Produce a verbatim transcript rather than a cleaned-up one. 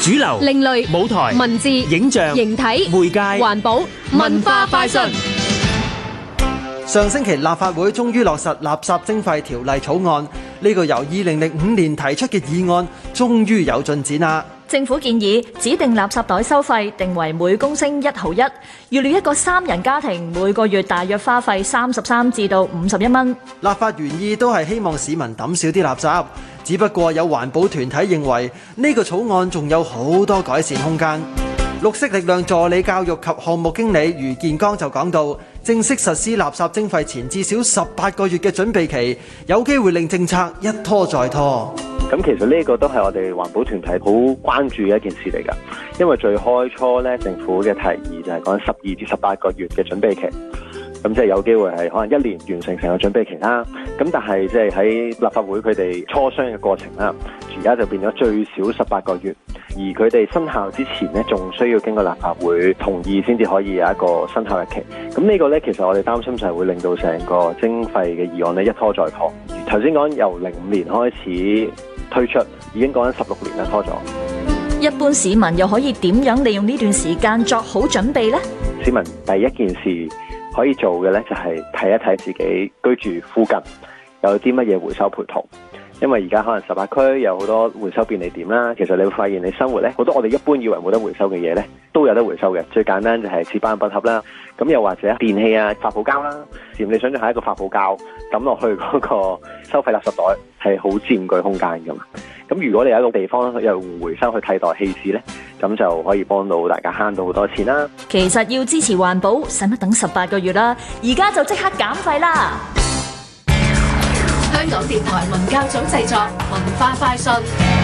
主流、 另類舞台、 文字、 影像、 形體、 媒介、 環保、文化快訊。 上星期立法會終於落實垃圾徵費條例草案，呢個由二零零五年提出嘅議案，終於有進展啦。 政府建議指定垃圾袋收費定為每公升一毫一，預料一個三人家庭每個月大約花費三十三至到五十一蚊。 立法原意都係希望市民抌少啲垃圾，只不過有環保團體認為呢個草案仲有好多改善空間。綠色力量助理教育及項目經理余建剛就講到，正式實施垃圾徵費前至少十八個月嘅準備期，有機會令政策一拖再拖。 咁其實呢個都係我哋環保團體好關注嘅一件事嚟㗎，因為最開初咧政府嘅提議就係講十二至十八個月嘅準備期，咁即係有機會係可能一年完成成個準備期啦。咁但係即係喺立法會佢哋磋商嘅過程啦，而家就變咗最少十八個月，而佢哋生效之前呢，仲需要經過立法會同意先至可以有一個生效日期。咁呢個呢，其實我哋擔心就係會令到成個徵費嘅議案呢一拖再拖。頭先講由零五年開始推出，已經講緊十六年啦，拖咗。 一般市民又可以點樣利用呢段時間作好準備呢？ 市民第一件事可以做嘅呢，就係睇一睇自己居住附近有啲乜嘢回收配套。因為而家可能十八區有好多回收便利點啦，其實你會發現你生活咧好多我哋一般以為冇得回收嘅嘢咧，都有得回收嘅。最簡單就係紙板筆盒啦，咁又或者電器啊、發泡膠啦，佔你想象係一個發泡膠抌落去嗰個收費垃圾袋係好佔據空間㗎嘛。咁如果你有一個地方用回收去替代棄置咧，咁就可以幫到大家慳到好多錢啦。 其實要支持環保，使乜等十八個月啦？而家就即刻減費啦！ 香港電台文教組製作，文化快訊。